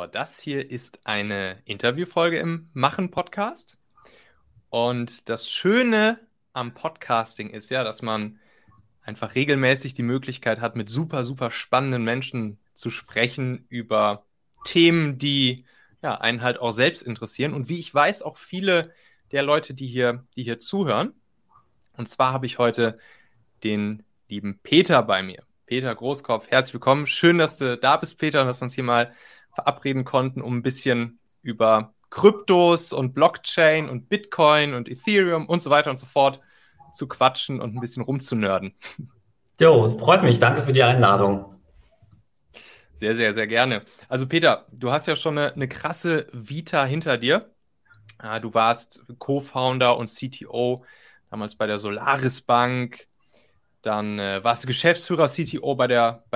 das hier ist eine Interviewfolge im Machen-Podcast. Und das Schöne am Podcasting ist ja, dass man einfach regelmäßig die Möglichkeit hat, mit super, super spannenden Menschen zu sprechen über Themen, die ja, einen halt auch selbst interessieren. Und wie ich weiß, auch viele der Leute, die hier zuhören. Und zwar habe ich heute den lieben Peter bei mir. Peter Großkopf, herzlich willkommen. Schön, dass du da bist, Peter, und dass wir uns hier mal verabreden konnten, um ein bisschen über Kryptos und Blockchain und Bitcoin und Ethereum und so weiter und so fort zu quatschen und ein bisschen rumzunörden. Jo, freut mich. Danke für die Einladung. Sehr, sehr, sehr gerne. Also Peter, du hast ja schon eine krasse Vita hinter dir. Du warst Co-Founder und CTO damals bei der Solaris Bank. Dann warst du Geschäftsführer, CTO bei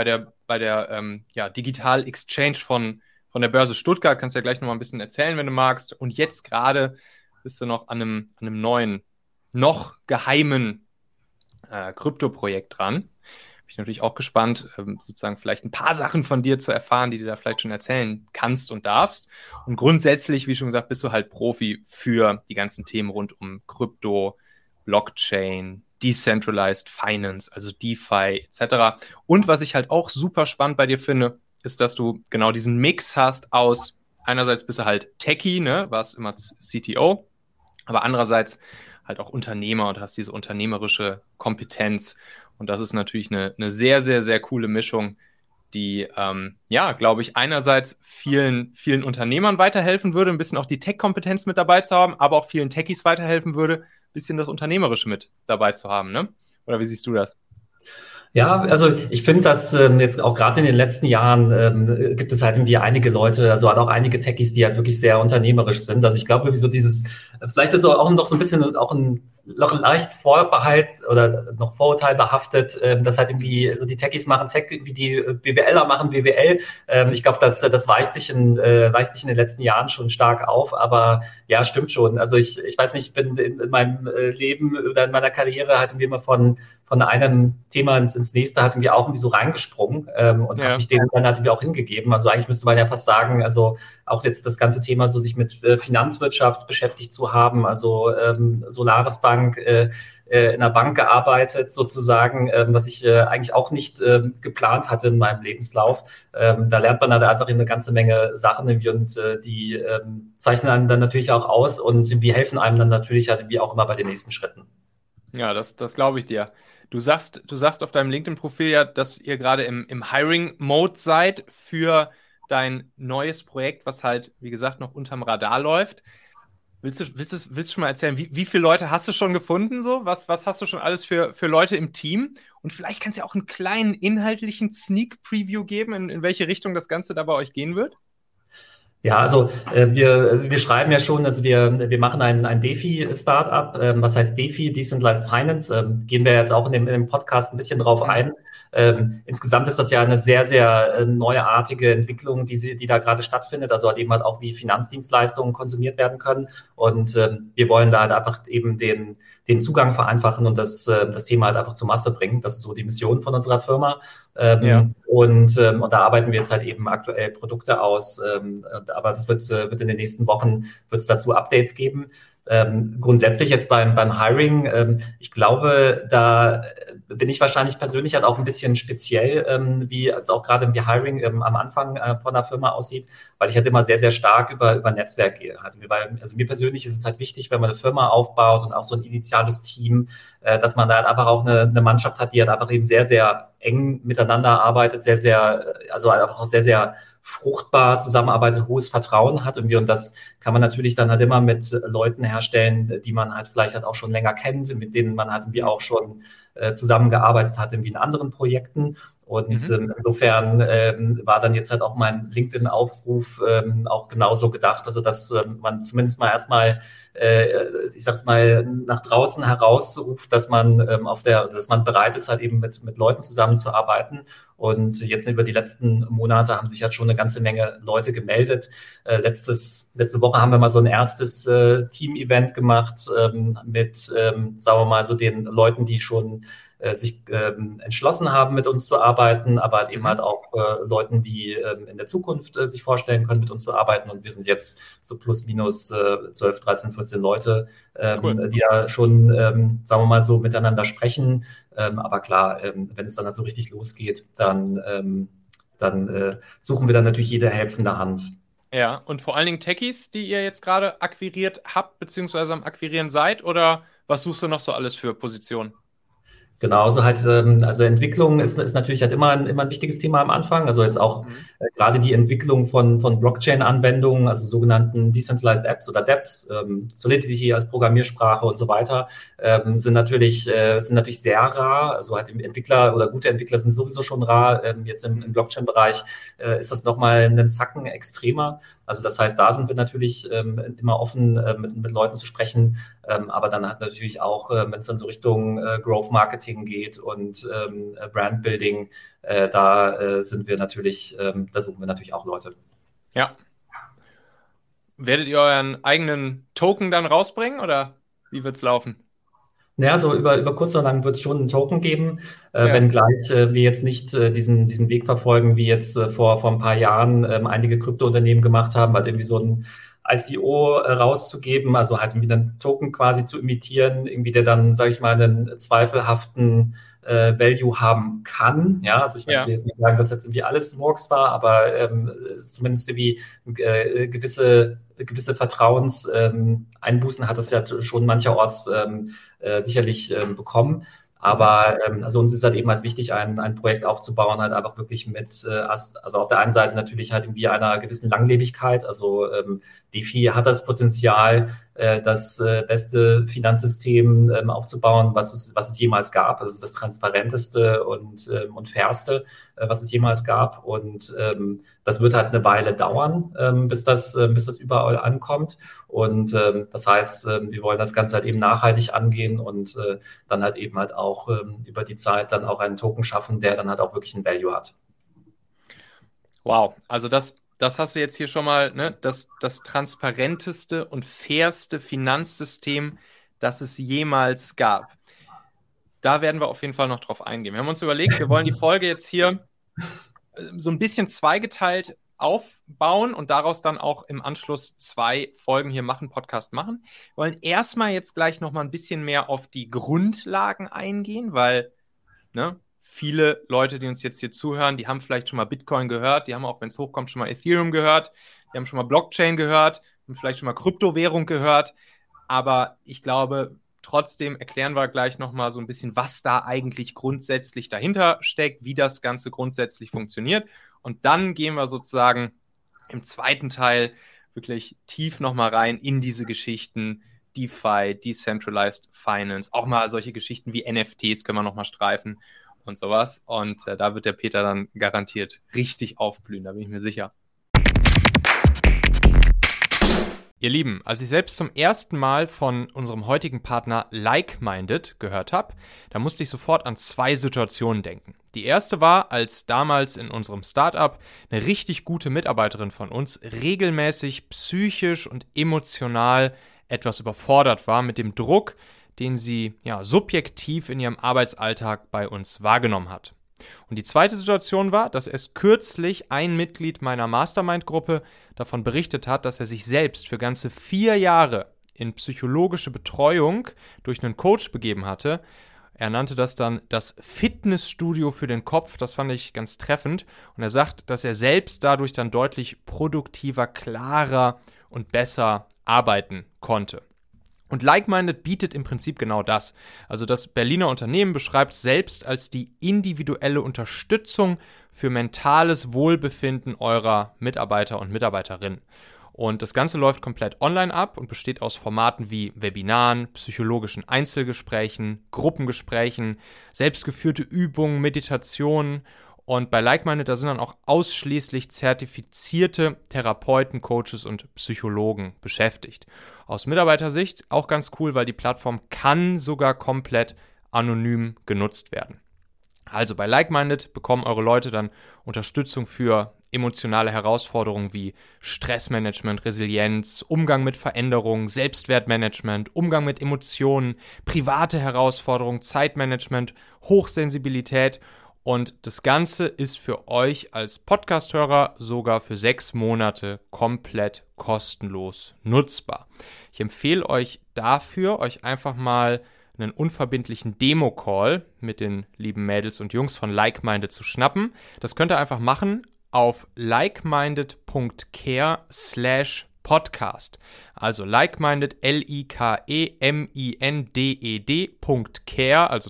der Digital Exchange von der Börse Stuttgart. Kannst du ja gleich noch mal ein bisschen erzählen, wenn du magst. Und jetzt gerade bist du noch an einem neuen, noch geheimen Krypto-Projekt dran. Bin ich natürlich auch gespannt, sozusagen vielleicht ein paar Sachen von dir zu erfahren, die du da vielleicht schon erzählen kannst und darfst. Und grundsätzlich, wie schon gesagt, bist du halt Profi für die ganzen Themen rund um Krypto, Blockchain, Decentralized Finance, also DeFi etc. Und was ich halt auch super spannend bei dir finde, ist, dass du genau diesen Mix hast aus, einerseits bist du halt Techie, ne, warst immer CTO, aber andererseits halt auch Unternehmer und hast diese unternehmerische Kompetenz. Und das ist natürlich eine sehr, sehr, sehr coole Mischung, die, glaube ich, einerseits vielen Unternehmern weiterhelfen würde, ein bisschen auch die Tech-Kompetenz mit dabei zu haben, aber auch vielen Techies weiterhelfen würde, ein bisschen das Unternehmerische mit dabei zu haben, ne? Oder wie siehst du das? Ja, also ich finde, dass jetzt auch gerade in den letzten Jahren gibt es halt irgendwie einige Leute, also halt auch einige Techies, die halt wirklich sehr unternehmerisch sind. Also ich glaube, wie so vielleicht ist auch noch so ein bisschen auch noch ein leicht Vorbehalt oder noch Vorurteil behaftet, dass halt irgendwie so die Techies machen Tech, wie die BWLer machen BWL. Ich glaube, das weicht sich in den letzten Jahren schon stark auf, aber ja, stimmt schon. Also ich weiß nicht, ich bin in meinem Leben oder in meiner Karriere halt irgendwie immer von einem Thema ins nächste hatten wir auch irgendwie so reingesprungen und habe mich dem dann halt irgendwie auch hingegeben. Also eigentlich müsste man ja fast sagen, also auch jetzt das ganze Thema so sich mit Finanzwirtschaft beschäftigt zu haben, also Solaris Bank, in einer Bank gearbeitet sozusagen, was ich eigentlich auch nicht geplant hatte in meinem Lebenslauf. Da lernt man halt einfach eine ganze Menge Sachen irgendwie und die zeichnen einen dann natürlich auch aus und irgendwie helfen einem dann natürlich halt irgendwie auch immer bei den nächsten Schritten. Ja, das glaube ich dir. Du sagst auf deinem LinkedIn-Profil ja, dass ihr gerade im Hiring-Mode seid für dein neues Projekt, was halt, wie gesagt, noch unterm Radar läuft. Willst du schon mal erzählen, wie viele Leute hast du schon gefunden? So? Was hast du schon alles für Leute im Team? Und vielleicht kannst du ja auch einen kleinen inhaltlichen Sneak-Preview geben, in welche Richtung das Ganze da bei euch gehen wird? Ja, also wir schreiben ja schon, also wir machen ein DeFi-Startup. Was heißt DeFi, Decentralized Finance? Gehen wir jetzt auch in dem Podcast ein bisschen drauf ein. Insgesamt ist das ja eine sehr, sehr neuartige Entwicklung, die da gerade stattfindet. Also halt eben halt auch, wie Finanzdienstleistungen konsumiert werden können. Und wir wollen da halt einfach eben den Zugang vereinfachen und das Thema halt einfach zur Masse bringen. Das ist so die Mission von unserer Firma. Und da arbeiten wir jetzt halt eben aktuell Produkte aus. Aber das wird in den nächsten Wochen, wird es dazu Updates geben. Grundsätzlich jetzt beim Hiring, ich glaube, da bin ich wahrscheinlich persönlich halt auch ein bisschen speziell, wie als auch gerade wie Hiring am Anfang von der Firma aussieht, weil ich halt immer sehr, sehr stark über Netzwerk gehe. Also mir persönlich ist es halt wichtig, wenn man eine Firma aufbaut und auch so ein initiales Team, dass man da halt einfach auch eine Mannschaft hat, die halt einfach eben sehr, sehr eng miteinander arbeitet, sehr, sehr, also einfach auch sehr, sehr fruchtbar zusammenarbeitet, hohes Vertrauen hat und das kann man natürlich dann halt immer mit Leuten herstellen, die man halt vielleicht halt auch schon länger kennt, mit denen man halt irgendwie auch schon zusammengearbeitet hat irgendwie in anderen Projekten. Und insofern war dann jetzt halt auch mein LinkedIn-Aufruf auch genauso gedacht, also dass man zumindest mal erstmal ich sag's mal, nach draußen herausruft, dass man dass man bereit ist, halt eben mit Leuten zusammenzuarbeiten. Und jetzt über die letzten Monate haben sich halt schon eine ganze Menge Leute gemeldet. Letzte Woche haben wir mal so ein erstes Team-Event gemacht mit, sagen wir mal, so den Leuten, die schon sich entschlossen haben, mit uns zu arbeiten, aber halt eben halt auch Leuten, die in der Zukunft sich vorstellen können, mit uns zu arbeiten. Und wir sind jetzt so plus minus 12, 13, 14 Leute, Cool. die ja schon, sagen wir mal so, miteinander sprechen. Aber klar, wenn es dann halt so richtig losgeht, dann suchen wir dann natürlich jede helfende Hand. Ja, und vor allen Dingen Techies, die ihr jetzt gerade akquiriert habt, beziehungsweise am Akquirieren seid, oder was suchst du noch so alles für Positionen? Genau, also halt, also Entwicklung ist natürlich halt immer ein wichtiges Thema am Anfang. Also jetzt auch gerade die Entwicklung von Blockchain-Anwendungen, also sogenannten Decentralized Apps oder DApps, Solidity als Programmiersprache und so weiter, sind natürlich sehr rar. Also halt Entwickler oder gute Entwickler sind sowieso schon rar. Jetzt im Blockchain-Bereich ist das nochmal einen Zacken extremer. Also das heißt, da sind wir natürlich immer offen, mit Leuten zu sprechen, aber dann hat natürlich auch, wenn es dann so Richtung Growth Marketing geht und Brand Building, da sind wir natürlich, da suchen wir natürlich auch Leute. Ja. Werdet ihr euren eigenen Token dann rausbringen oder wie wird's laufen? Naja, so über kurz oder lang wird es schon einen Token geben, wenngleich wir jetzt nicht diesen Weg verfolgen, wie jetzt vor ein paar Jahren einige Kryptounternehmen gemacht haben, halt irgendwie so ein ICO rauszugeben, also halt irgendwie einen Token quasi zu imitieren, irgendwie der dann, sage ich mal, einen zweifelhaften Value haben kann. Ja, also ich will jetzt nicht sagen, dass jetzt irgendwie alles Murks war, aber zumindest irgendwie gewisse Vertrauenseinbußen hat es ja schon mancherorts sicherlich bekommen. Aber also uns ist halt eben halt wichtig, ein Projekt aufzubauen, halt einfach wirklich mit, also auf der einen Seite natürlich halt irgendwie einer gewissen Langlebigkeit. Also DeFi hat das Potenzial, das beste Finanzsystem aufzubauen, was es jemals gab. Also das transparenteste und fairste, was es jemals gab. Und das wird halt eine Weile dauern, bis das überall ankommt. Und das heißt, wir wollen das Ganze halt eben nachhaltig angehen und dann halt eben halt auch über die Zeit dann auch einen Token schaffen, der dann halt auch wirklich ein Value hat. Wow, also das hast du jetzt hier schon mal, ne? Das transparenteste und fairste Finanzsystem, das es jemals gab. Da werden wir auf jeden Fall noch drauf eingehen. Wir haben uns überlegt, wir wollen die Folge jetzt hier so ein bisschen zweigeteilt aufbauen und daraus dann auch im Anschluss 2 Folgen hier Podcast machen. Wir wollen erstmal jetzt gleich noch mal ein bisschen mehr auf die Grundlagen eingehen, weil viele Leute, die uns jetzt hier zuhören, die haben vielleicht schon mal Bitcoin gehört, die haben auch, wenn es hochkommt, schon mal Ethereum gehört, die haben schon mal Blockchain gehört, haben vielleicht schon mal Kryptowährung gehört, aber ich glaube, trotzdem erklären wir gleich nochmal so ein bisschen, was da eigentlich grundsätzlich dahinter steckt, wie das Ganze grundsätzlich funktioniert. Und dann gehen wir sozusagen im zweiten Teil wirklich tief nochmal rein in diese Geschichten, DeFi, Decentralized Finance, auch mal solche Geschichten wie NFTs können wir nochmal streifen und sowas. Und da wird der Peter dann garantiert richtig aufblühen, da bin ich mir sicher. Ihr Lieben, als ich selbst zum ersten Mal von unserem heutigen Partner Like-Minded gehört habe, da musste ich sofort an 2 Situationen denken. Die erste war, als damals in unserem Startup eine richtig gute Mitarbeiterin von uns regelmäßig psychisch und emotional etwas überfordert war mit dem Druck, den sie subjektiv in ihrem Arbeitsalltag bei uns wahrgenommen hat. Und die zweite Situation war, dass erst kürzlich ein Mitglied meiner Mastermind-Gruppe davon berichtet hat, dass er sich selbst für ganze 4 Jahre in psychologische Betreuung durch einen Coach begeben hatte. Er nannte das dann das Fitnessstudio für den Kopf. Das fand ich ganz treffend. Und er sagt, dass er selbst dadurch dann deutlich produktiver, klarer und besser arbeiten konnte. Und Like-Minded bietet im Prinzip genau das. Also das Berliner Unternehmen beschreibt selbst als die individuelle Unterstützung für mentales Wohlbefinden eurer Mitarbeiter und Mitarbeiterinnen. Und das Ganze läuft komplett online ab und besteht aus Formaten wie Webinaren, psychologischen Einzelgesprächen, Gruppengesprächen, selbstgeführte Übungen, Meditationen. Und bei Like-Minded, da sind dann auch ausschließlich zertifizierte Therapeuten, Coaches und Psychologen beschäftigt. Aus Mitarbeitersicht auch ganz cool, weil die Plattform kann sogar komplett anonym genutzt werden. Also bei Like-Minded bekommen eure Leute dann Unterstützung für emotionale Herausforderungen wie Stressmanagement, Resilienz, Umgang mit Veränderungen, Selbstwertmanagement, Umgang mit Emotionen, private Herausforderungen, Zeitmanagement, Hochsensibilität. Und das Ganze ist für euch als Podcast-Hörer sogar für 6 Monate komplett kostenlos nutzbar. Ich empfehle euch dafür, euch einfach mal einen unverbindlichen Demo-Call mit den lieben Mädels und Jungs von Likeminded zu schnappen. Das könnt ihr einfach machen auf likeminded.care/podcast. Also likeminded, likeminded.care, also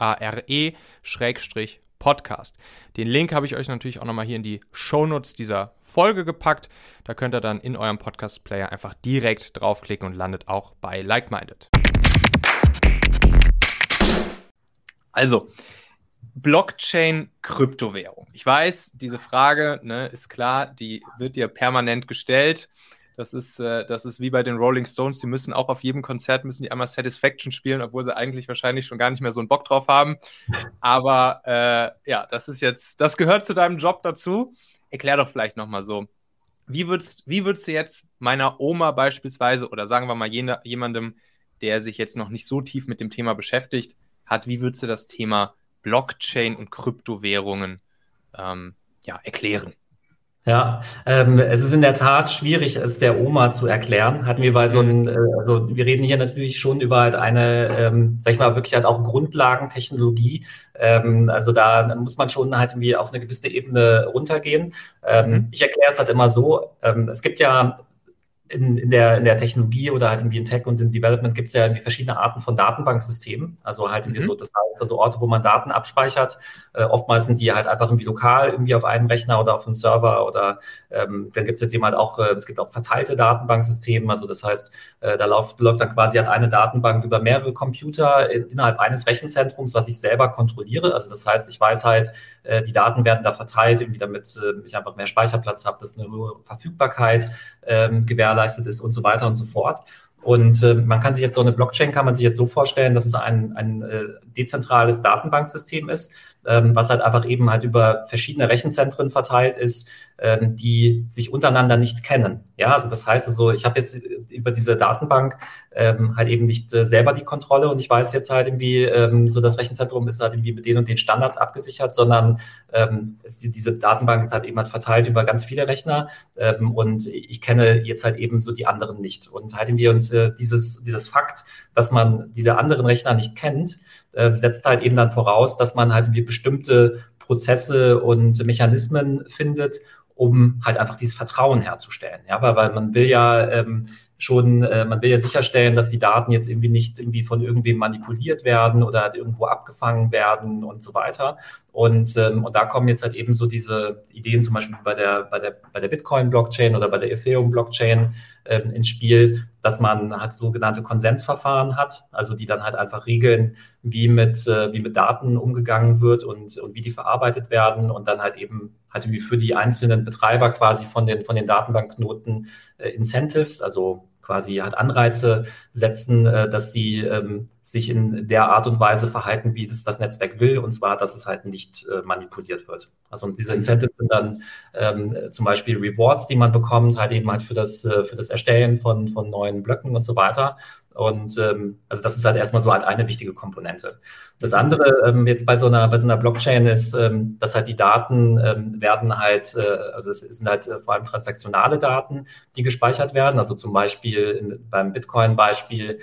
care-Podcast. Den Link habe ich euch natürlich auch nochmal hier in die Shownotes dieser Folge gepackt. Da könnt ihr dann in eurem Podcast-Player einfach direkt draufklicken und landet auch bei Likeminded. Also, Blockchain, Kryptowährung. Ich weiß, diese Frage, ist klar, die wird dir permanent gestellt. Das ist wie bei den Rolling Stones, die müssen auch auf jedem Konzert einmal Satisfaction spielen, obwohl sie eigentlich wahrscheinlich schon gar nicht mehr so einen Bock drauf haben. Aber das gehört zu deinem Job dazu. Erklär doch vielleicht nochmal so, wie würdest du jetzt meiner Oma beispielsweise oder sagen wir mal jemandem, der sich jetzt noch nicht so tief mit dem Thema beschäftigt hat, wie würdest du das Thema Blockchain und Kryptowährungen erklären? Ja, es ist in der Tat schwierig, es der Oma zu erklären. Hatten wir bei wir reden hier natürlich schon über halt eine, sag ich mal, wirklich halt auch Grundlagentechnologie. Also da muss man schon halt irgendwie auf eine gewisse Ebene runtergehen. Ich erkläre es halt immer so, es gibt ja in der Technologie oder halt irgendwie in Tech und im Development gibt es ja irgendwie verschiedene Arten von Datenbanksystemen. Also halt irgendwie so, das heißt also Orte, wo man Daten abspeichert. Oftmals sind die halt einfach irgendwie lokal irgendwie auf einem Rechner oder auf einem Server oder dann gibt es jetzt jemand auch, es gibt auch verteilte Datenbanksysteme. Also das heißt, da läuft dann quasi halt eine Datenbank über mehrere Computer innerhalb eines Rechenzentrums, was ich selber kontrolliere. Also das heißt, ich weiß halt, die Daten werden da verteilt, irgendwie damit ich einfach mehr Speicherplatz habe, dass eine hohe Verfügbarkeit gewährleistet ist und so weiter und so fort. Und man kann sich jetzt so eine Blockchain kann man sich jetzt so vorstellen, dass es ein dezentrales Datenbanksystem ist, was halt einfach eben halt über verschiedene Rechenzentren verteilt ist, die sich untereinander nicht kennen. Ja, also das heißt also, ich habe jetzt über diese Datenbank halt eben nicht selber die Kontrolle und ich weiß jetzt halt irgendwie, so das Rechenzentrum ist halt irgendwie mit den und den Standards abgesichert, sondern diese Datenbank ist halt eben halt verteilt über ganz viele Rechner und ich kenne jetzt halt eben so die anderen nicht. Und halt irgendwie dieses Fakt, dass man diese anderen Rechner nicht kennt, setzt halt eben dann voraus, dass man halt wie bestimmte Prozesse und Mechanismen findet, um halt einfach dieses Vertrauen herzustellen. Ja, weil man will ja man will ja sicherstellen, dass die Daten jetzt irgendwie nicht irgendwie von irgendwem manipuliert werden oder halt irgendwo abgefangen werden und so weiter. Und da kommen jetzt halt eben so diese Ideen zum Beispiel bei der Bitcoin-Blockchain oder bei der Ethereum-Blockchain ins Spiel, dass man halt sogenannte Konsensverfahren hat, also die dann halt einfach regeln, wie mit Daten umgegangen wird und wie die verarbeitet werden und dann halt eben halt irgendwie für die einzelnen Betreiber quasi von den Datenbankknoten Incentives, also quasi halt Anreize setzen, dass die sich in der Art und Weise verhalten, wie das Netzwerk will, und zwar, dass es halt nicht manipuliert wird. Also und diese Incentives sind dann zum Beispiel Rewards, die man bekommt, halt eben halt für das Erstellen von neuen Blöcken und so weiter. Und also das ist halt erstmal so halt eine wichtige Komponente. Das andere jetzt bei so einer Blockchain ist, dass halt die Daten werden halt, also es sind halt vor allem transaktionale Daten, die gespeichert werden. Also zum Beispiel beim Bitcoin-Beispiel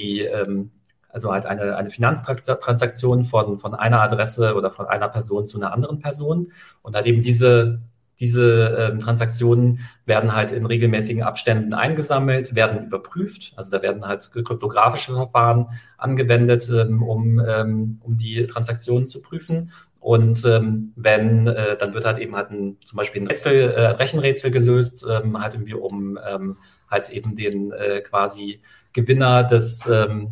also halt eine Finanztransaktion von einer Adresse oder von einer Person zu einer anderen Person. Und halt eben diese Transaktionen werden halt in regelmäßigen Abständen eingesammelt, werden überprüft. Also da werden halt kryptografische Verfahren angewendet, um die Transaktionen zu prüfen. Und dann wird halt eben halt zum Beispiel ein Rechenrätsel gelöst, halt irgendwie halt eben den quasi Gewinner des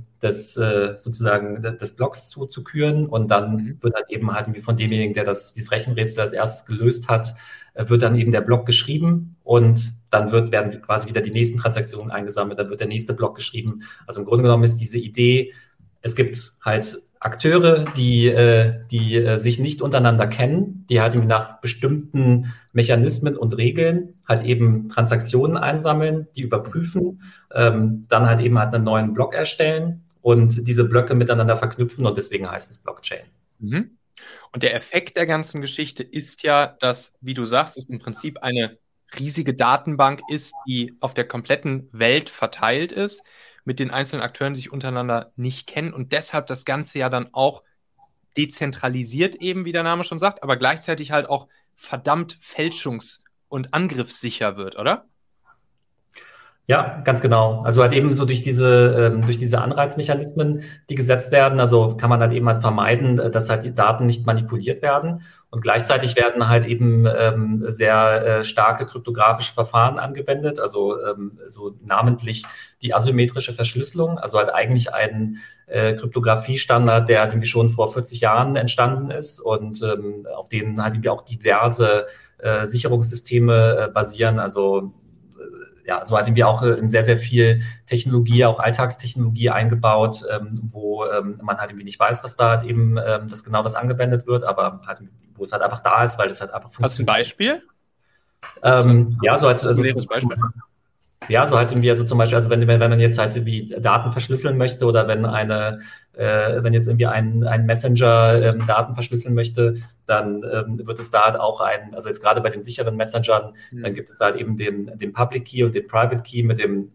Blocks zu küren. Und dann wird halt eben halt irgendwie von demjenigen, der dieses Rechenrätsel als erstes gelöst hat, wird dann eben der Block geschrieben und dann werden quasi wieder die nächsten Transaktionen eingesammelt, dann wird der nächste Block geschrieben. Also im Grunde genommen ist diese Idee, es gibt halt Akteure, die sich nicht untereinander kennen, die halt nach bestimmten Mechanismen und Regeln halt eben Transaktionen einsammeln, die überprüfen, dann halt eben halt einen neuen Block erstellen und diese Blöcke miteinander verknüpfen und deswegen heißt es Blockchain. Mhm. Und der Effekt der ganzen Geschichte ist ja, dass, wie du sagst, es im Prinzip eine riesige Datenbank ist, die auf der kompletten Welt verteilt ist, mit den einzelnen Akteuren, die sich untereinander nicht kennen und deshalb das Ganze ja dann auch dezentralisiert eben, wie der Name schon sagt, aber gleichzeitig halt auch verdammt fälschungs- und angriffssicher wird, oder? Ja, ganz genau. Also halt eben so durch diese Anreizmechanismen, die gesetzt werden, also kann man halt eben halt vermeiden, dass halt die Daten nicht manipuliert werden. Und gleichzeitig werden halt eben sehr starke kryptografische Verfahren angewendet, also so namentlich die asymmetrische Verschlüsselung, also halt eigentlich ein Kryptografiestandard, der halt irgendwie schon vor 40 Jahren entstanden ist und auf dem halt irgendwie auch diverse Sicherungssysteme basieren, also ja, so hatten wir auch in sehr, sehr viel Technologie, auch Alltagstechnologie eingebaut, wo man halt irgendwie nicht weiß, dass da halt eben dass genau das angewendet wird, aber halt, wo es halt einfach da ist, weil es halt einfach funktioniert. Hast du ein Beispiel? Ja, so halt, also, Beispiel? Ja, so halt irgendwie, also zum Beispiel, also wenn man jetzt halt irgendwie Daten verschlüsseln möchte oder wenn jetzt irgendwie ein Messenger Daten verschlüsseln möchte, dann wird es da halt auch also jetzt gerade bei den sicheren Messengern, dann gibt es halt eben den Public Key und den Private Key, mit dem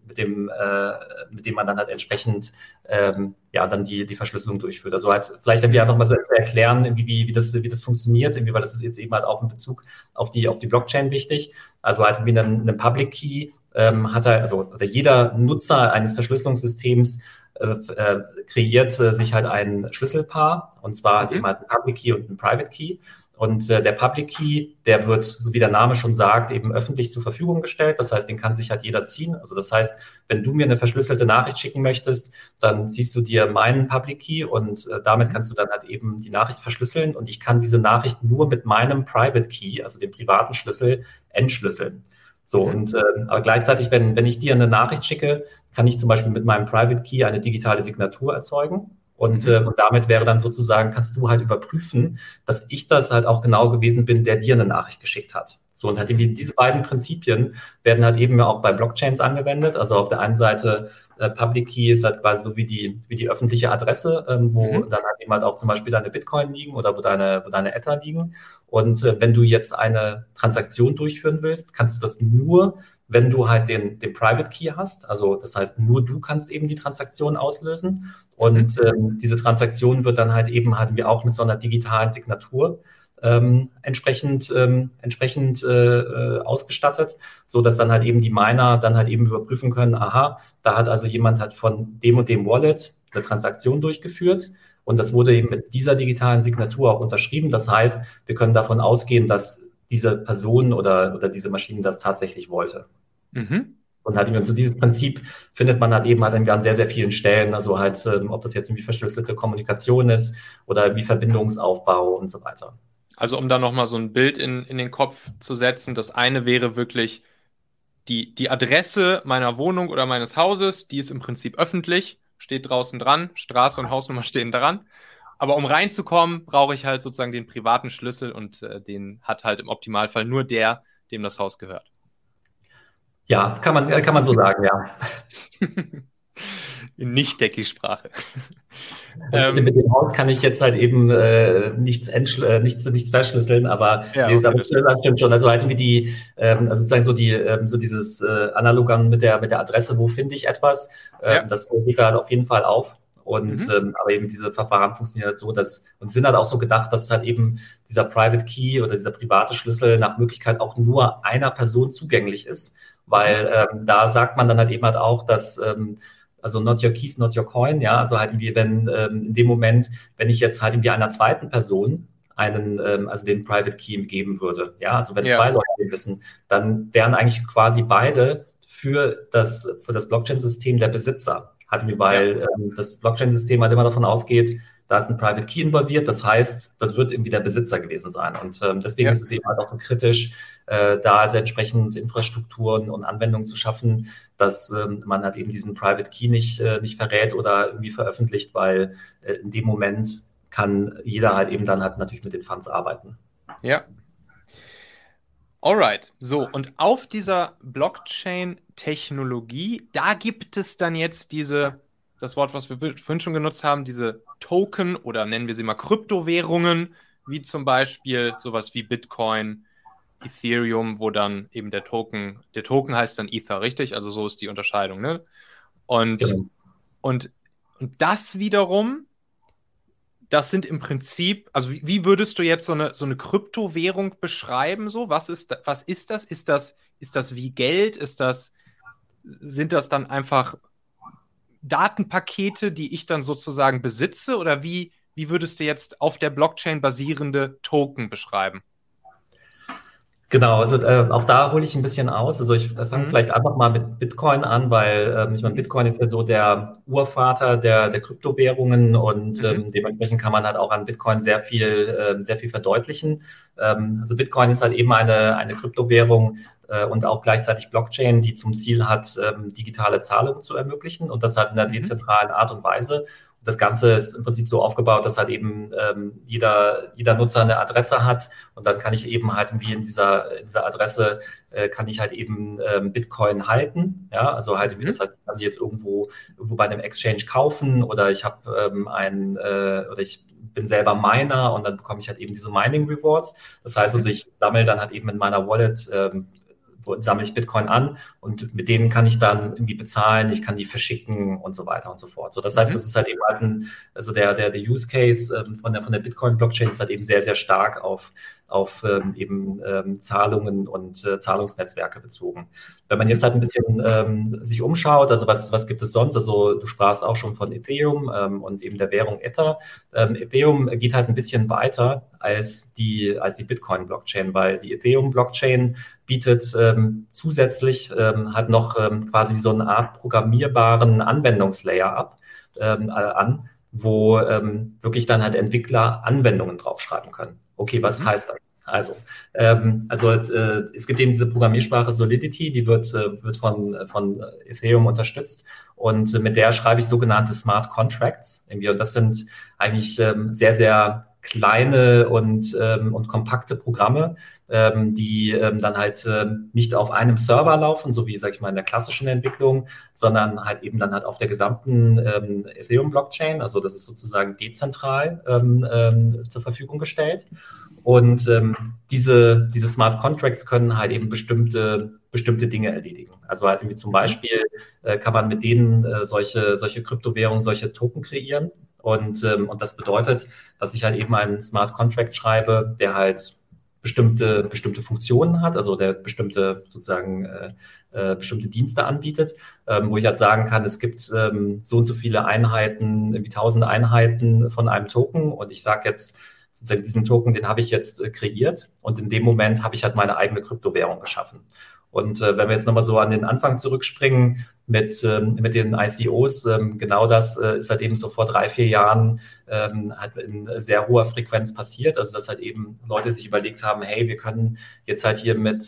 man dann halt entsprechend ja dann die Verschlüsselung durchführt. Also halt vielleicht irgendwie einfach mal so zu erklären, wie das funktioniert, irgendwie, weil das ist jetzt eben halt auch in Bezug auf die Blockchain wichtig. Also halt wie einen Public Key oder jeder Nutzer eines Verschlüsselungssystems kreiert sich halt ein Schlüsselpaar, und zwar halt eben halt ein Public Key und ein Private Key. Und der Public Key, der wird, so wie der Name schon sagt, eben öffentlich zur Verfügung gestellt. Das heißt, den kann sich halt jeder ziehen. Also das heißt, wenn du mir eine verschlüsselte Nachricht schicken möchtest, dann ziehst du dir meinen Public Key und damit kannst du dann halt eben die Nachricht verschlüsseln. Und ich kann diese Nachricht nur mit meinem Private Key, also dem privaten Schlüssel, entschlüsseln. So, und aber gleichzeitig, wenn ich dir eine Nachricht schicke, kann ich zum Beispiel mit meinem Private Key eine digitale Signatur erzeugen. Und damit wäre dann sozusagen, kannst du halt überprüfen, dass ich das halt auch genau gewesen bin, der dir eine Nachricht geschickt hat. So, und halt eben diese beiden Prinzipien werden halt eben auch bei Blockchains angewendet. Also auf der einen Seite Public Key ist halt quasi so wie die öffentliche Adresse, wo dann halt eben halt auch zum Beispiel deine Bitcoin liegen oder wo deine Ether liegen. Und wenn du jetzt eine Transaktion durchführen willst, kannst du das nur, wenn du halt den Private Key hast. Also das heißt, nur du kannst eben die Transaktion auslösen. Und diese Transaktion wird dann halt eben halt wir auch mit so einer digitalen Signatur entsprechend ausgestattet, so dass dann halt eben die Miner dann halt eben überprüfen können, aha, da hat also jemand halt von dem und dem Wallet eine Transaktion durchgeführt und das wurde eben mit dieser digitalen Signatur auch unterschrieben. Das heißt, wir können davon ausgehen, dass diese Person oder diese Maschine das tatsächlich wollte. Und halt so dieses Prinzip findet man halt eben halt an sehr, sehr vielen Stellen, also halt, ob das jetzt irgendwie verschlüsselte Kommunikation ist oder wie Verbindungsaufbau und so weiter. Also um da nochmal so ein Bild in den Kopf zu setzen, das eine wäre wirklich die Adresse meiner Wohnung oder meines Hauses, die ist im Prinzip öffentlich, steht draußen dran, Straße und Hausnummer stehen dran. Aber um reinzukommen, brauche ich halt sozusagen den privaten Schlüssel und den hat halt im Optimalfall nur der, dem das Haus gehört. Ja, kann man so sagen, ja. In Nicht-Techie-Sprache. Mit dem Haus kann ich jetzt halt eben nichts verschlüsseln, aber ja, nee, das stimmt schon. Also halt wie also sozusagen so dieses Analogon mit der Adresse, wo finde ich etwas, das geht da halt auf jeden Fall auf. Und aber eben diese Verfahren funktionieren halt so, und sind halt auch so gedacht, dass halt eben dieser Private Key oder dieser private Schlüssel nach Möglichkeit auch nur einer Person zugänglich ist, weil da sagt man dann halt eben halt auch, dass also not your keys, not your coin, ja, also halt irgendwie, wenn in dem Moment, wenn ich jetzt halt irgendwie einer zweiten Person also den Private Key geben würde, ja, also wenn zwei Leute den wissen, dann wären eigentlich quasi beide für das Blockchain-System der Besitzer, weil das Blockchain-System halt immer davon ausgeht, da ist ein Private Key involviert, das heißt, das wird irgendwie der Besitzer gewesen sein. Und deswegen ist es eben halt auch so kritisch, da halt entsprechend Infrastrukturen und Anwendungen zu schaffen, dass man halt eben diesen Private Key nicht verrät oder irgendwie veröffentlicht, weil in dem Moment kann jeder halt eben dann halt natürlich mit den Funds arbeiten. Ja. Alright, so, und auf dieser Blockchain-Technologie, da gibt es dann jetzt das Wort, was wir vorhin schon genutzt haben, diese Token oder nennen wir sie mal Kryptowährungen, wie zum Beispiel sowas wie Bitcoin, Ethereum, wo dann eben der Token heißt dann Ether, richtig? Also so ist die Unterscheidung, ne? Und das wiederum, das sind im Prinzip, also wie würdest du jetzt so eine Kryptowährung beschreiben? So? Was ist das? Ist das wie Geld? Sind das dann einfach Datenpakete, die ich dann sozusagen besitze? Oder wie würdest du jetzt auf der Blockchain basierende Token beschreiben? Genau, also auch da hole ich ein bisschen aus. Also ich fange vielleicht einfach mal mit Bitcoin an, weil ich meine, Bitcoin ist ja so der Urvater der Kryptowährungen und dementsprechend kann man halt auch an Bitcoin sehr viel verdeutlichen. Also Bitcoin ist halt eben eine Kryptowährung und auch gleichzeitig Blockchain, die zum Ziel hat, digitale Zahlungen zu ermöglichen und das halt in einer dezentralen Art und Weise. Das Ganze ist im Prinzip so aufgebaut, dass halt eben jeder Nutzer eine Adresse hat und dann kann ich eben halt irgendwie in dieser Adresse kann ich halt eben Bitcoin halten. Ja, also halt, das heißt, ich kann die jetzt irgendwo bei einem Exchange kaufen oder ich habe oder ich bin selber Miner und dann bekomme ich halt eben diese Mining Rewards. Das heißt, also ich sammle dann halt eben in meiner Wallet sammle ich Bitcoin an und mit denen kann ich dann irgendwie bezahlen, ich kann die verschicken und so weiter und so fort. So, das heißt, das ist halt eben halt also der Use Case von der Bitcoin-Blockchain ist halt eben sehr, sehr stark auf Zahlungen und Zahlungsnetzwerke bezogen. Wenn man jetzt halt ein bisschen sich umschaut, also was gibt es sonst? Also du sprachst auch schon von Ethereum und eben der Währung Ether. Ethereum geht halt ein bisschen weiter als die Bitcoin-Blockchain, weil die Ethereum-Blockchain bietet zusätzlich halt noch quasi so eine Art programmierbaren Anwendungslayer an, wo wirklich dann halt Entwickler Anwendungen draufschreiben können. Okay, was heißt das? Also es gibt eben diese Programmiersprache Solidity, die wird von Ethereum unterstützt und mit der schreibe ich sogenannte Smart Contracts irgendwie und das sind eigentlich sehr, sehr kleine und kompakte Programme, die dann halt nicht auf einem Server laufen, so wie, sag ich mal, in der klassischen Entwicklung, sondern halt eben dann halt auf der gesamten Ethereum-Blockchain. Also das ist sozusagen dezentral zur Verfügung gestellt. Und diese Smart Contracts können halt eben bestimmte Dinge erledigen. Also halt irgendwie zum Beispiel kann man mit denen solche Kryptowährungen, solche Token kreieren. Und das bedeutet, dass ich halt eben einen Smart Contract schreibe, der halt bestimmte Funktionen hat, also der bestimmte Dienste anbietet, wo ich halt sagen kann, es gibt so und so viele Einheiten, irgendwie 1000 Einheiten von einem Token und ich sage jetzt, sozusagen diesen Token, den habe ich jetzt kreiert und in dem Moment habe ich halt meine eigene Kryptowährung geschaffen. Und wenn wir jetzt nochmal so an den Anfang zurückspringen mit den ICOs, genau das ist halt eben so vor 3-4 Jahren halt in sehr hoher Frequenz passiert. Also dass halt eben Leute sich überlegt haben, hey, wir können jetzt halt hier mit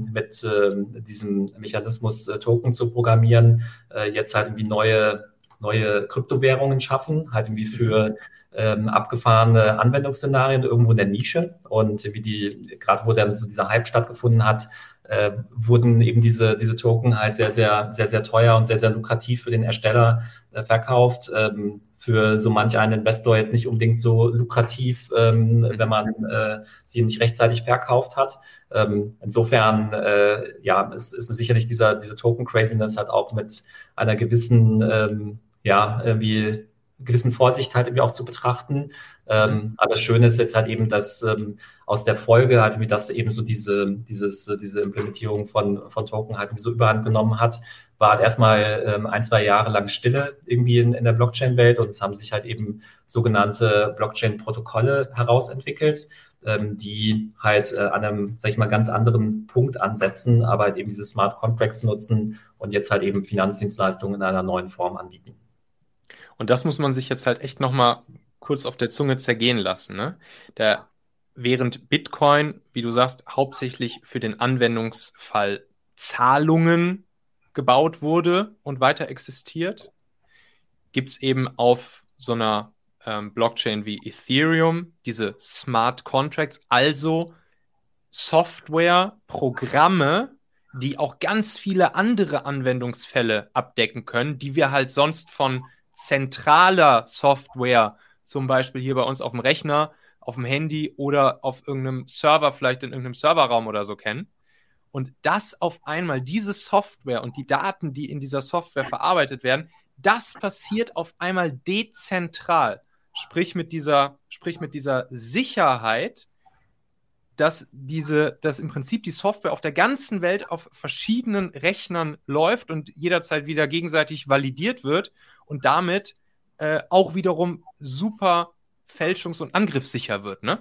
diesem Mechanismus Token zu programmieren, jetzt halt irgendwie neue Kryptowährungen schaffen, halt irgendwie für abgefahrene Anwendungsszenarien irgendwo in der Nische. Und wie gerade wo dann so dieser Hype stattgefunden hat, wurden eben diese Token halt sehr, sehr, sehr, sehr teuer und sehr, sehr lukrativ für den Ersteller verkauft. Für so manch einen Investor jetzt nicht unbedingt so lukrativ, wenn man sie nicht rechtzeitig verkauft hat. Insofern, ist sicherlich diese Token-Craziness halt auch mit einer gewissen, gewissen Vorsicht halt irgendwie auch zu betrachten. Aber das Schöne ist jetzt halt eben, dass aus der Folge halt irgendwie, dass eben so diese Implementierung von Token halt irgendwie so überhand genommen hat, war halt erstmal 1-2 Jahre lang Stille irgendwie in der Blockchain-Welt und es haben sich halt eben sogenannte Blockchain-Protokolle herausentwickelt, die halt an einem, sag ich mal, ganz anderen Punkt ansetzen, aber halt eben diese Smart Contracts nutzen und jetzt halt eben Finanzdienstleistungen in einer neuen Form anbieten. Und das muss man sich jetzt halt echt nochmal kurz auf der Zunge zergehen lassen. Ne? Während Bitcoin, wie du sagst, hauptsächlich für den Anwendungsfall Zahlungen gebaut wurde und weiter existiert, gibt es eben auf so einer Blockchain wie Ethereum diese Smart Contracts, also Software, Programme, die auch ganz viele andere Anwendungsfälle abdecken können, die wir halt sonst von zentraler Software, zum Beispiel hier bei uns auf dem Rechner, auf dem Handy oder auf irgendeinem Server, vielleicht in irgendeinem Serverraum oder so kennen. Und das auf einmal, diese Software und die Daten, die in dieser Software verarbeitet werden, das passiert auf einmal dezentral. Sprich mit dieser Sicherheit, dass im Prinzip die Software auf der ganzen Welt auf verschiedenen Rechnern läuft und jederzeit wieder gegenseitig validiert wird und damit auch wiederum super fälschungs- und angriffssicher wird, ne?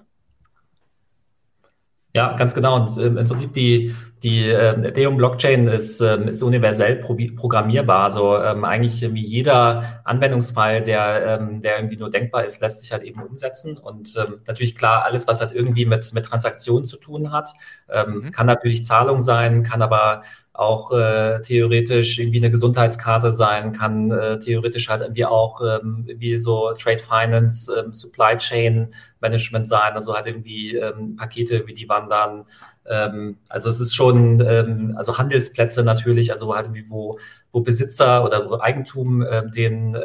Ja, ganz genau. Und im Prinzip die Ethereum-Blockchain ist universell programmierbar. Also eigentlich wie jeder Anwendungsfall, der irgendwie nur denkbar ist, lässt sich halt eben umsetzen. Und natürlich klar, alles, was halt irgendwie mit Transaktionen zu tun hat, kann natürlich Zahlung sein, kann aber auch theoretisch irgendwie eine Gesundheitskarte sein, kann theoretisch halt irgendwie auch wie so Trade Finance, Supply Chain Management sein, also halt irgendwie Pakete, wie die wandern. Also es ist schon, also Handelsplätze natürlich, also halt irgendwie, wo Besitzer oder wo Eigentum den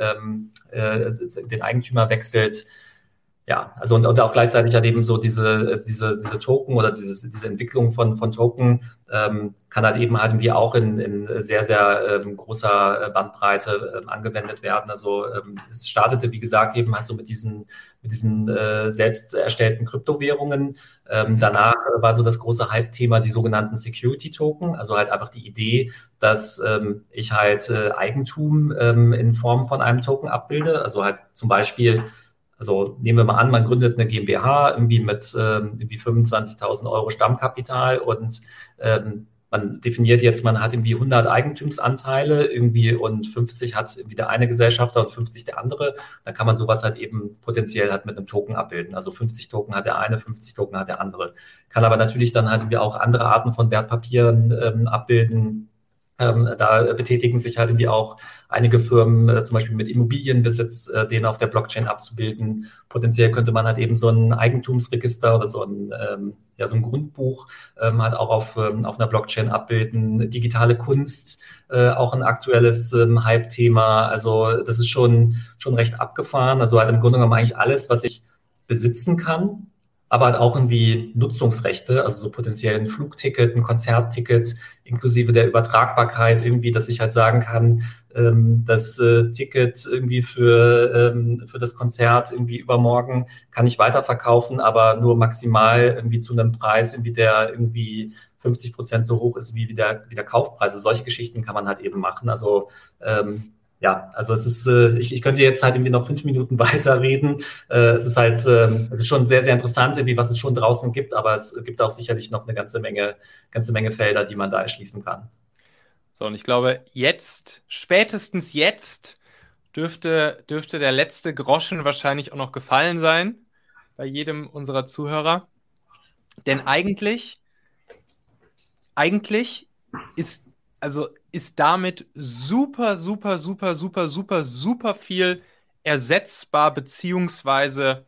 Eigentümer wechselt. Ja, also und auch gleichzeitig halt eben so diese Token oder diese Entwicklung von Token kann halt eben halt irgendwie auch in sehr, sehr großer Bandbreite angewendet werden. Also es startete, wie gesagt, eben halt so mit diesen selbst erstellten Kryptowährungen. Danach war so das große Hype-Thema die sogenannten Security-Token, also halt einfach die Idee, dass ich halt Eigentum in Form von einem Token abbilde. Also halt zum Beispiel, also nehmen wir mal an, man gründet eine GmbH irgendwie mit irgendwie 25.000 Euro Stammkapital und man definiert jetzt, man hat irgendwie 100 Eigentumsanteile irgendwie und 50 hat irgendwie der eine Gesellschafter und 50 der andere. Dann kann man sowas halt eben potenziell halt mit einem Token abbilden. Also 50 Token hat der eine, 50 Token hat der andere. Kann aber natürlich dann halt irgendwie auch andere Arten von Wertpapieren abbilden. Da betätigen sich halt irgendwie auch einige Firmen, zum Beispiel mit Immobilienbesitz, den auf der Blockchain abzubilden. Potenziell könnte man halt eben so ein Eigentumsregister oder so ein Grundbuch halt auch auf einer Blockchain abbilden. Digitale Kunst, auch ein aktuelles Hype-Thema. Also das ist schon recht abgefahren. Also halt im Grunde genommen eigentlich alles, was ich besitzen kann, aber halt auch irgendwie Nutzungsrechte, also so potenziell ein Flugticket, ein Konzertticket, inklusive der Übertragbarkeit irgendwie, dass ich halt sagen kann, das Ticket irgendwie für das Konzert irgendwie übermorgen kann ich weiterverkaufen, aber nur maximal irgendwie zu einem Preis, irgendwie der irgendwie 50% so hoch ist wie der Kaufpreis. Also solche Geschichten kann man halt eben machen. Also ja, also es ist, ich könnte jetzt halt irgendwie noch 5 Minuten weiterreden. Es ist halt, es ist schon sehr, sehr interessant, irgendwie, was es schon draußen gibt, aber es gibt auch sicherlich noch eine ganze Menge Felder, die man da erschließen kann. So, und ich glaube, spätestens jetzt, dürfte der letzte Groschen wahrscheinlich auch noch gefallen sein bei jedem unserer Zuhörer. Denn eigentlich ist, ist damit super, super, super, super, super, super viel ersetzbar, beziehungsweise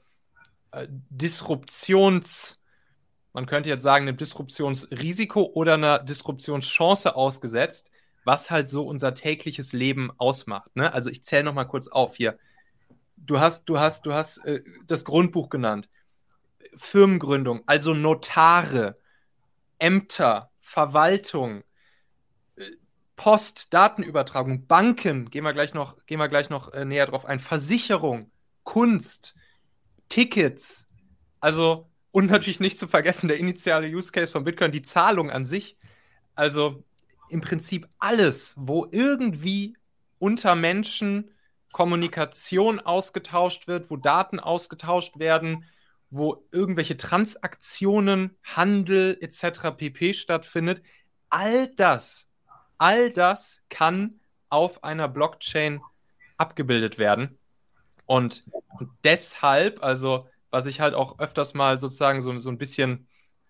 man könnte jetzt sagen, einem Disruptionsrisiko oder einer Disruptionschance ausgesetzt, was halt so unser tägliches Leben ausmacht. Ne? Also ich zähle noch mal kurz auf hier. Du hast das Grundbuch genannt. Firmengründung, also Notare, Ämter, Verwaltung, Post, Datenübertragung, Banken, gehen wir gleich noch näher drauf ein, Versicherung, Kunst, Tickets, also und natürlich nicht zu vergessen der initiale Use Case von Bitcoin, die Zahlung an sich. Also im Prinzip alles, wo irgendwie unter Menschen Kommunikation ausgetauscht wird, wo Daten ausgetauscht werden, wo irgendwelche Transaktionen, Handel etc. pp. Stattfindet, all das, all das kann auf einer Blockchain abgebildet werden. Und deshalb, also was ich halt auch öfters mal sozusagen so ein bisschen,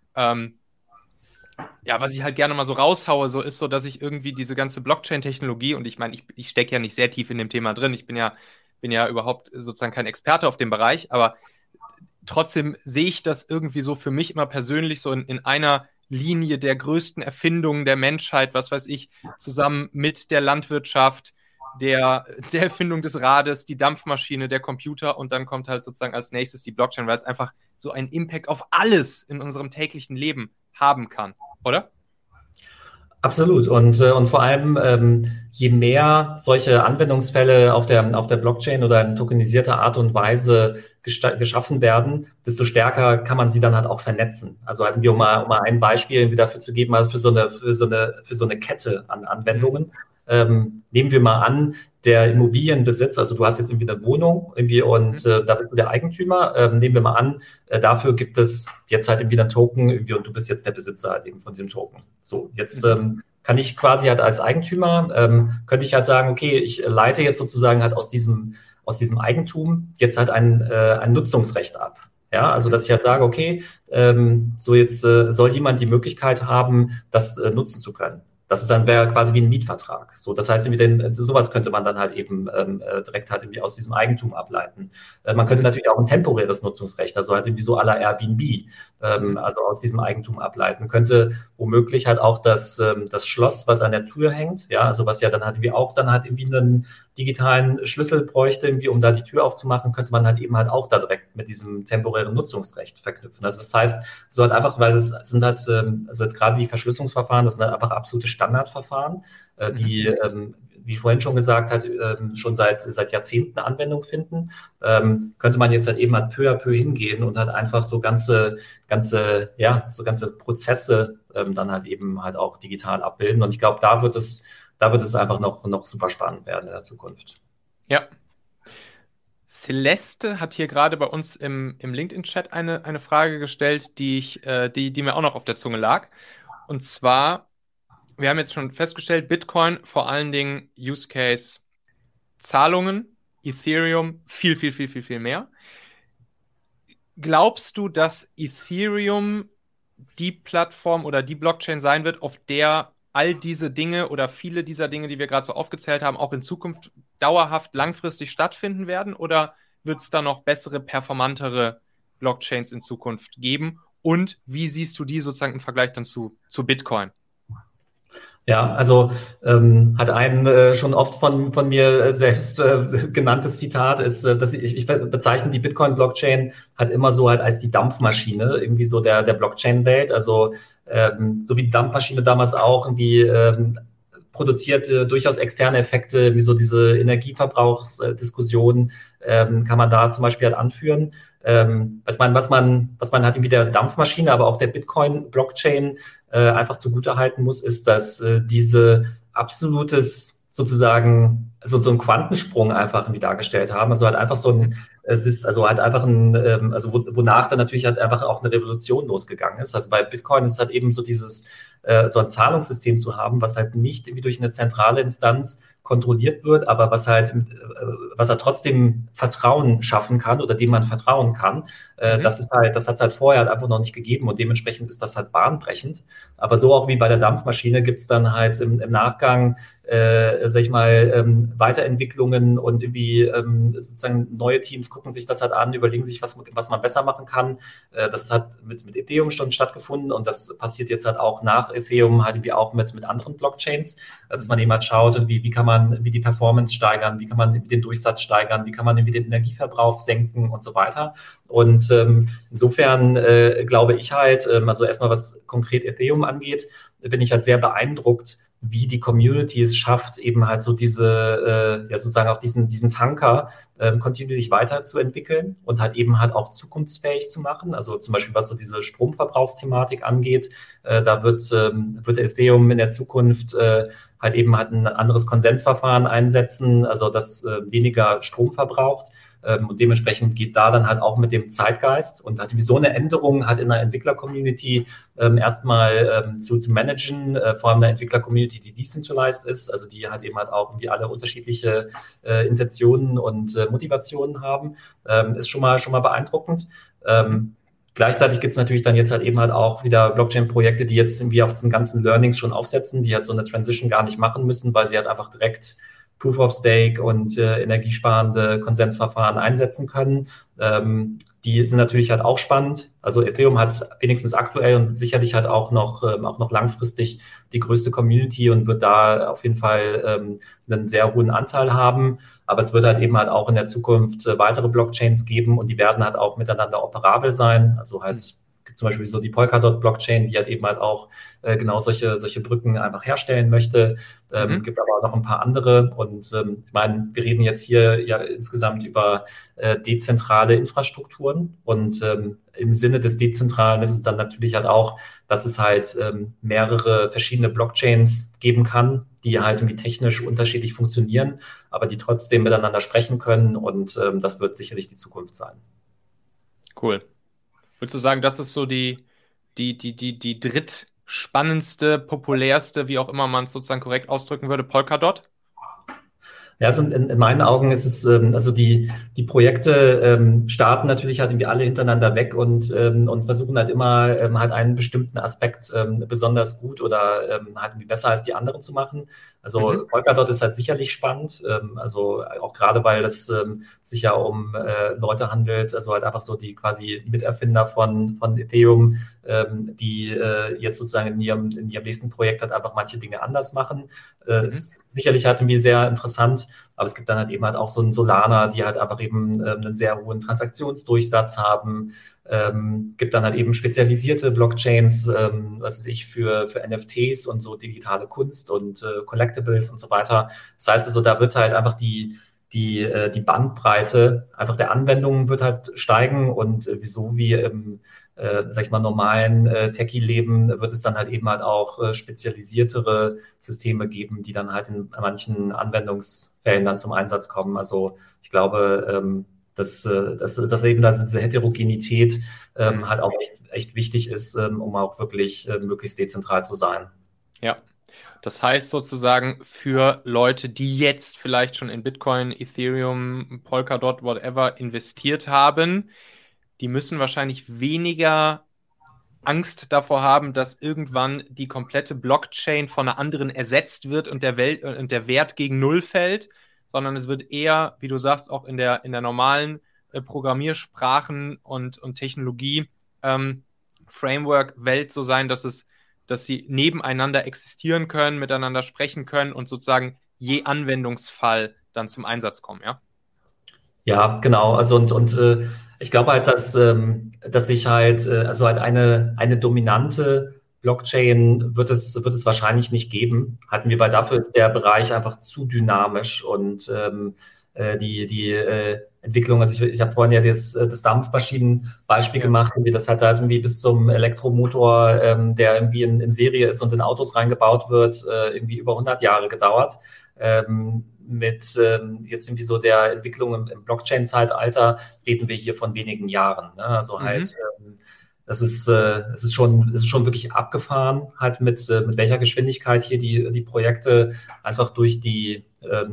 was ich halt gerne mal so raushaue, so ist so, dass ich irgendwie diese ganze Blockchain-Technologie, und ich meine, ich stecke ja nicht sehr tief in dem Thema drin, ich bin ja überhaupt sozusagen kein Experte auf dem Bereich, aber trotzdem sehe ich das irgendwie so für mich immer persönlich so in einer Linie der größten Erfindungen der Menschheit, was weiß ich, zusammen mit der Landwirtschaft, der Erfindung des Rades, die Dampfmaschine, der Computer, und dann kommt halt sozusagen als nächstes die Blockchain, weil es einfach so einen Impact auf alles in unserem täglichen Leben haben kann, oder? Absolut. Und vor allem, je mehr solche Anwendungsfälle auf der Blockchain oder in tokenisierter Art und Weise geschaffen werden, desto stärker kann man sie dann halt auch vernetzen. Also halt, um mal ein Beispiel dafür zu geben, also für so eine Kette an Anwendungen. Nehmen wir mal an, der Immobilienbesitz, also du hast jetzt irgendwie eine Wohnung irgendwie und da bist du der Eigentümer. Nehmen wir mal an, dafür gibt es jetzt halt irgendwie einen Token irgendwie und du bist jetzt der Besitzer halt eben von diesem Token. So, jetzt kann ich quasi halt als Eigentümer, könnte ich halt sagen, okay, ich leite jetzt sozusagen halt aus diesem Eigentum jetzt halt ein Nutzungsrecht ab. Ja, also dass ich halt sage, okay, so jetzt soll jemand die Möglichkeit haben, das nutzen zu können. Das wäre quasi wie ein Mietvertrag. So, das heißt, sowas könnte man dann halt eben direkt halt irgendwie aus diesem Eigentum ableiten. Man könnte natürlich auch ein temporäres Nutzungsrecht, also halt irgendwie so à la Airbnb, also aus diesem Eigentum ableiten. Könnte womöglich halt auch das Schloss, was an der Tür hängt, ja, also was ja dann halt irgendwie einen digitalen Schlüssel bräuchte, irgendwie, um da die Tür aufzumachen, könnte man halt eben halt auch da direkt mit diesem temporären Nutzungsrecht verknüpfen. Also das heißt, so halt einfach, weil es sind halt, also jetzt gerade die Verschlüsselungsverfahren, das sind halt einfach absolute Standardverfahren, die, wie vorhin schon gesagt hat, schon seit Jahrzehnten Anwendung finden, könnte man jetzt halt eben halt peu à peu hingehen und halt einfach so ganze Prozesse dann halt eben halt auch digital abbilden. Und ich glaube, da wird es einfach noch super spannend werden in der Zukunft. Ja. Celeste hat hier gerade bei uns im LinkedIn-Chat eine Frage gestellt, die mir auch noch auf der Zunge lag. Und zwar, wir haben jetzt schon festgestellt, Bitcoin vor allen Dingen Use Case Zahlungen, Ethereum viel, viel, viel, viel, viel mehr. Glaubst du, dass Ethereum die Plattform oder die Blockchain sein wird, auf der all diese Dinge oder viele dieser Dinge, die wir gerade so aufgezählt haben, auch in Zukunft dauerhaft langfristig stattfinden werden? Oder wird es da noch bessere, performantere Blockchains in Zukunft geben? Und wie siehst du die sozusagen im Vergleich dann zu Bitcoin? Ja, also hat ein schon oft von mir selbst genanntes Zitat ist, dass ich bezeichne die Bitcoin-Blockchain halt immer so halt als die Dampfmaschine irgendwie so der Blockchain-Welt. Also so wie die Dampfmaschine damals auch irgendwie produziert durchaus externe Effekte, wie so diese Energieverbrauchsdiskussion kann man da zum Beispiel halt anführen. Was man halt irgendwie der Dampfmaschine, aber auch der Bitcoin-Blockchain einfach zugutehalten muss, ist, dass diese absolutes sozusagen so einen Quantensprung einfach irgendwie dargestellt haben. Also halt einfach es ist also halt einfach also wonach dann natürlich halt einfach auch eine Revolution losgegangen ist. Also bei Bitcoin ist es halt eben so so ein Zahlungssystem zu haben, was halt nicht wie durch eine zentrale Instanz kontrolliert wird, aber was halt trotzdem Vertrauen schaffen kann oder dem man vertrauen kann. Das hat es halt vorher halt einfach noch nicht gegeben und dementsprechend ist das halt bahnbrechend. Aber so auch wie bei der Dampfmaschine gibt es dann halt im Nachgang, sag ich mal, Weiterentwicklungen und irgendwie sozusagen neue Teams gucken sich das halt an, überlegen sich, was man besser machen kann. Das hat mit Ethereum schon stattgefunden und das passiert jetzt halt auch nach Ethereum halt irgendwie auch mit anderen Blockchains, dass man eben halt schaut, wie kann man die Performance steigern, wie kann man den Durchsatz steigern, wie kann man den Energieverbrauch senken und so weiter. Und insofern glaube ich halt, also erstmal was konkret Ethereum angeht, bin ich halt sehr beeindruckt, wie die Community es schafft, eben halt so sozusagen auch diesen Tanker kontinuierlich weiterzuentwickeln und halt eben halt auch zukunftsfähig zu machen. Also zum Beispiel, was so diese Stromverbrauchsthematik angeht, da wird Ethereum in der Zukunft halt eben halt ein anderes Konsensverfahren einsetzen, also das weniger Strom verbraucht. Und dementsprechend geht da dann halt auch mit dem Zeitgeist und hat so eine Änderung halt in der Entwickler-Community erstmal zu managen, vor allem eine Entwickler-Community, die decentralized ist, also die halt eben halt auch irgendwie alle unterschiedliche Intentionen und Motivationen haben, ist schon mal beeindruckend. Gleichzeitig gibt es natürlich dann jetzt halt eben halt auch wieder Blockchain-Projekte, die jetzt irgendwie auf diesen ganzen Learnings schon aufsetzen, die halt so eine Transition gar nicht machen müssen, weil sie halt einfach direkt Proof of Stake und energiesparende Konsensverfahren einsetzen können. Die sind natürlich halt auch spannend. Also Ethereum hat wenigstens aktuell und sicherlich halt auch noch langfristig die größte Community und wird da auf jeden Fall einen sehr hohen Anteil haben. Aber es wird halt eben halt auch in der Zukunft weitere Blockchains geben und die werden halt auch miteinander operabel sein. Also halt gibt zum Beispiel so die Polkadot-Blockchain, die halt eben halt auch genau solche Brücken einfach herstellen möchte. Gibt aber auch noch ein paar andere. Und ich meine, wir reden jetzt hier ja insgesamt über dezentrale Infrastrukturen. Und im Sinne des Dezentralen ist es dann natürlich halt auch, dass es halt mehrere verschiedene Blockchains geben kann, die halt irgendwie technisch unterschiedlich funktionieren, aber die trotzdem miteinander sprechen können. Und das wird sicherlich die Zukunft sein. Cool. Würdest du sagen, das ist so die drittspannendste, populärste, wie auch immer man es sozusagen korrekt ausdrücken würde, Polkadot? Ja, also in meinen Augen ist es, also die Projekte starten natürlich halt irgendwie alle hintereinander weg und versuchen halt immer halt einen bestimmten Aspekt besonders gut oder halt irgendwie besser als die anderen zu machen. Also Polkadot ist halt sicherlich spannend, also auch gerade, weil es sich ja um Leute handelt, also halt einfach so die quasi Miterfinder von Ethereum, die jetzt sozusagen in ihrem nächsten Projekt halt einfach manche Dinge anders machen. Ist sicherlich halt irgendwie sehr interessant, aber es gibt dann halt eben halt auch so einen Solana, die halt einfach eben einen sehr hohen Transaktionsdurchsatz haben. Gibt dann halt eben spezialisierte Blockchains, was weiß ich, für NFTs und so digitale Kunst und Collectibles und so weiter. Das heißt also, da wird halt einfach die Bandbreite einfach der Anwendungen wird halt steigen und so wie im sag ich mal, normalen Techie-Leben wird es dann halt eben halt auch spezialisiertere Systeme geben, die dann halt in manchen Anwendungsfällen dann zum Einsatz kommen. Also ich glaube, dass eben diese Heterogenität halt auch echt wichtig ist, um auch wirklich möglichst dezentral zu sein. Ja, das heißt sozusagen für Leute, die jetzt vielleicht schon in Bitcoin, Ethereum, Polkadot, whatever investiert haben, die müssen wahrscheinlich weniger Angst davor haben, dass irgendwann die komplette Blockchain von einer anderen ersetzt wird und der Wert gegen Null fällt, sondern es wird eher, wie du sagst, auch in der normalen Programmiersprachen und Technologie Framework-Welt so sein, dass sie nebeneinander existieren können, miteinander sprechen können und sozusagen je Anwendungsfall dann zum Einsatz kommen, ja? Ja, genau. Also ich glaube halt, dass sich halt, also halt eine dominante Blockchain wird es wahrscheinlich nicht geben. Weil dafür ist der Bereich einfach zu dynamisch und die Entwicklung, also ich habe vorhin ja das Dampfmaschinenbeispiel gemacht, wie das halt irgendwie bis zum Elektromotor, der irgendwie in Serie ist und in Autos reingebaut wird, irgendwie über 100 Jahre gedauert. Mit jetzt irgendwie so der Entwicklung im Blockchain-Zeitalter reden wir hier von wenigen Jahren. Ne? Also halt, es ist schon wirklich abgefahren, halt mit welcher Geschwindigkeit hier die Projekte einfach durch die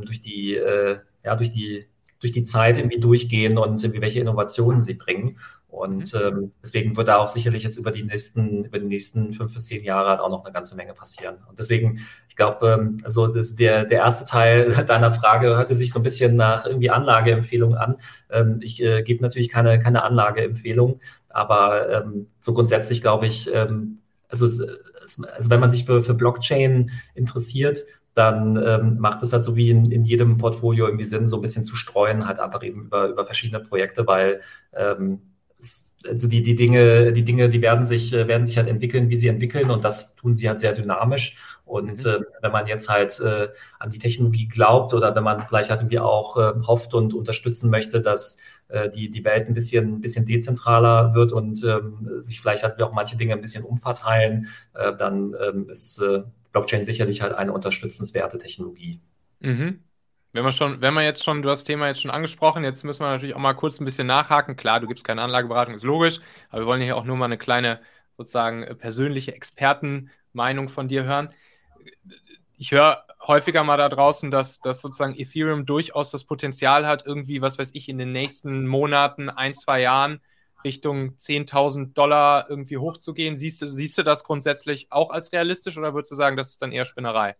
Zeit irgendwie durchgehen und irgendwie welche Innovationen sie bringen. Und deswegen wird da auch sicherlich jetzt über die nächsten 5 bis 10 Jahre halt auch noch eine ganze Menge passieren. Und deswegen, ich glaube, also der erste Teil deiner Frage hörte sich so ein bisschen nach irgendwie Anlageempfehlung an. Ich gebe natürlich keine Anlageempfehlung, aber so grundsätzlich glaube ich, also wenn man sich für Blockchain interessiert, dann macht es halt so wie in jedem Portfolio irgendwie Sinn, so ein bisschen zu streuen, halt einfach eben über verschiedene Projekte, weil also die Dinge, die werden sich halt entwickeln, wie sie entwickeln und das tun sie halt sehr dynamisch. Und wenn man jetzt halt an die Technologie glaubt oder wenn man vielleicht halt irgendwie auch hofft und unterstützen möchte, dass die Welt ein bisschen dezentraler wird und sich vielleicht halt auch manche Dinge ein bisschen umverteilen, dann ist Blockchain sicherlich halt eine unterstützenswerte Technologie. Mhm. Wenn wir jetzt schon, du hast das Thema jetzt schon angesprochen, jetzt müssen wir natürlich auch mal kurz ein bisschen nachhaken. Klar, du gibst keine Anlageberatung, ist logisch, aber wir wollen hier auch nur mal eine kleine, sozusagen, persönliche Expertenmeinung von dir hören. Ich höre häufiger mal da draußen, dass sozusagen Ethereum durchaus das Potenzial hat, irgendwie, was weiß ich, in den nächsten Monaten, 1, 2 Jahren Richtung $10.000 irgendwie hochzugehen. Siehst du das grundsätzlich auch als realistisch oder würdest du sagen, das ist dann eher Spinnerei?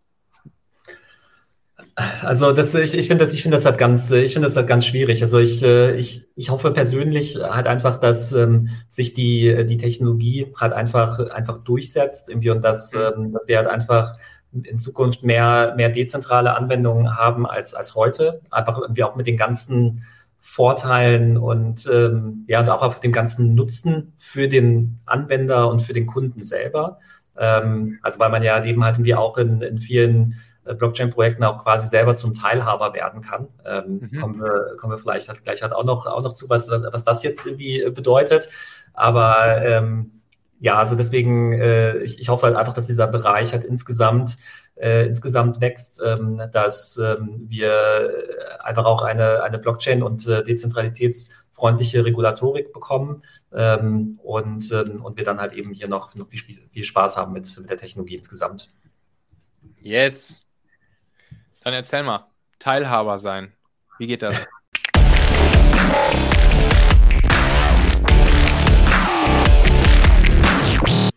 Also ich finde das halt ganz schwierig. Also ich hoffe persönlich halt einfach, dass sich die Technologie halt einfach durchsetzt irgendwie und dass wir halt einfach in Zukunft mehr dezentrale Anwendungen haben als heute. Einfach irgendwie auch mit den ganzen Vorteilen und und auch auf dem ganzen Nutzen für den Anwender und für den Kunden selber. Also weil man ja eben halt irgendwie auch in vielen Blockchain-Projekten auch quasi selber zum Teilhaber werden kann. Kommen wir vielleicht gleich auch noch zu, was das jetzt irgendwie bedeutet. Aber also deswegen, ich hoffe halt einfach, dass dieser Bereich halt insgesamt wächst, dass wir einfach auch eine Blockchain- und dezentralitätsfreundliche Regulatorik bekommen und wir dann halt eben hier noch viel Spaß haben mit der Technologie insgesamt. Yes. Dann erzähl mal, Teilhaber sein. Wie geht das?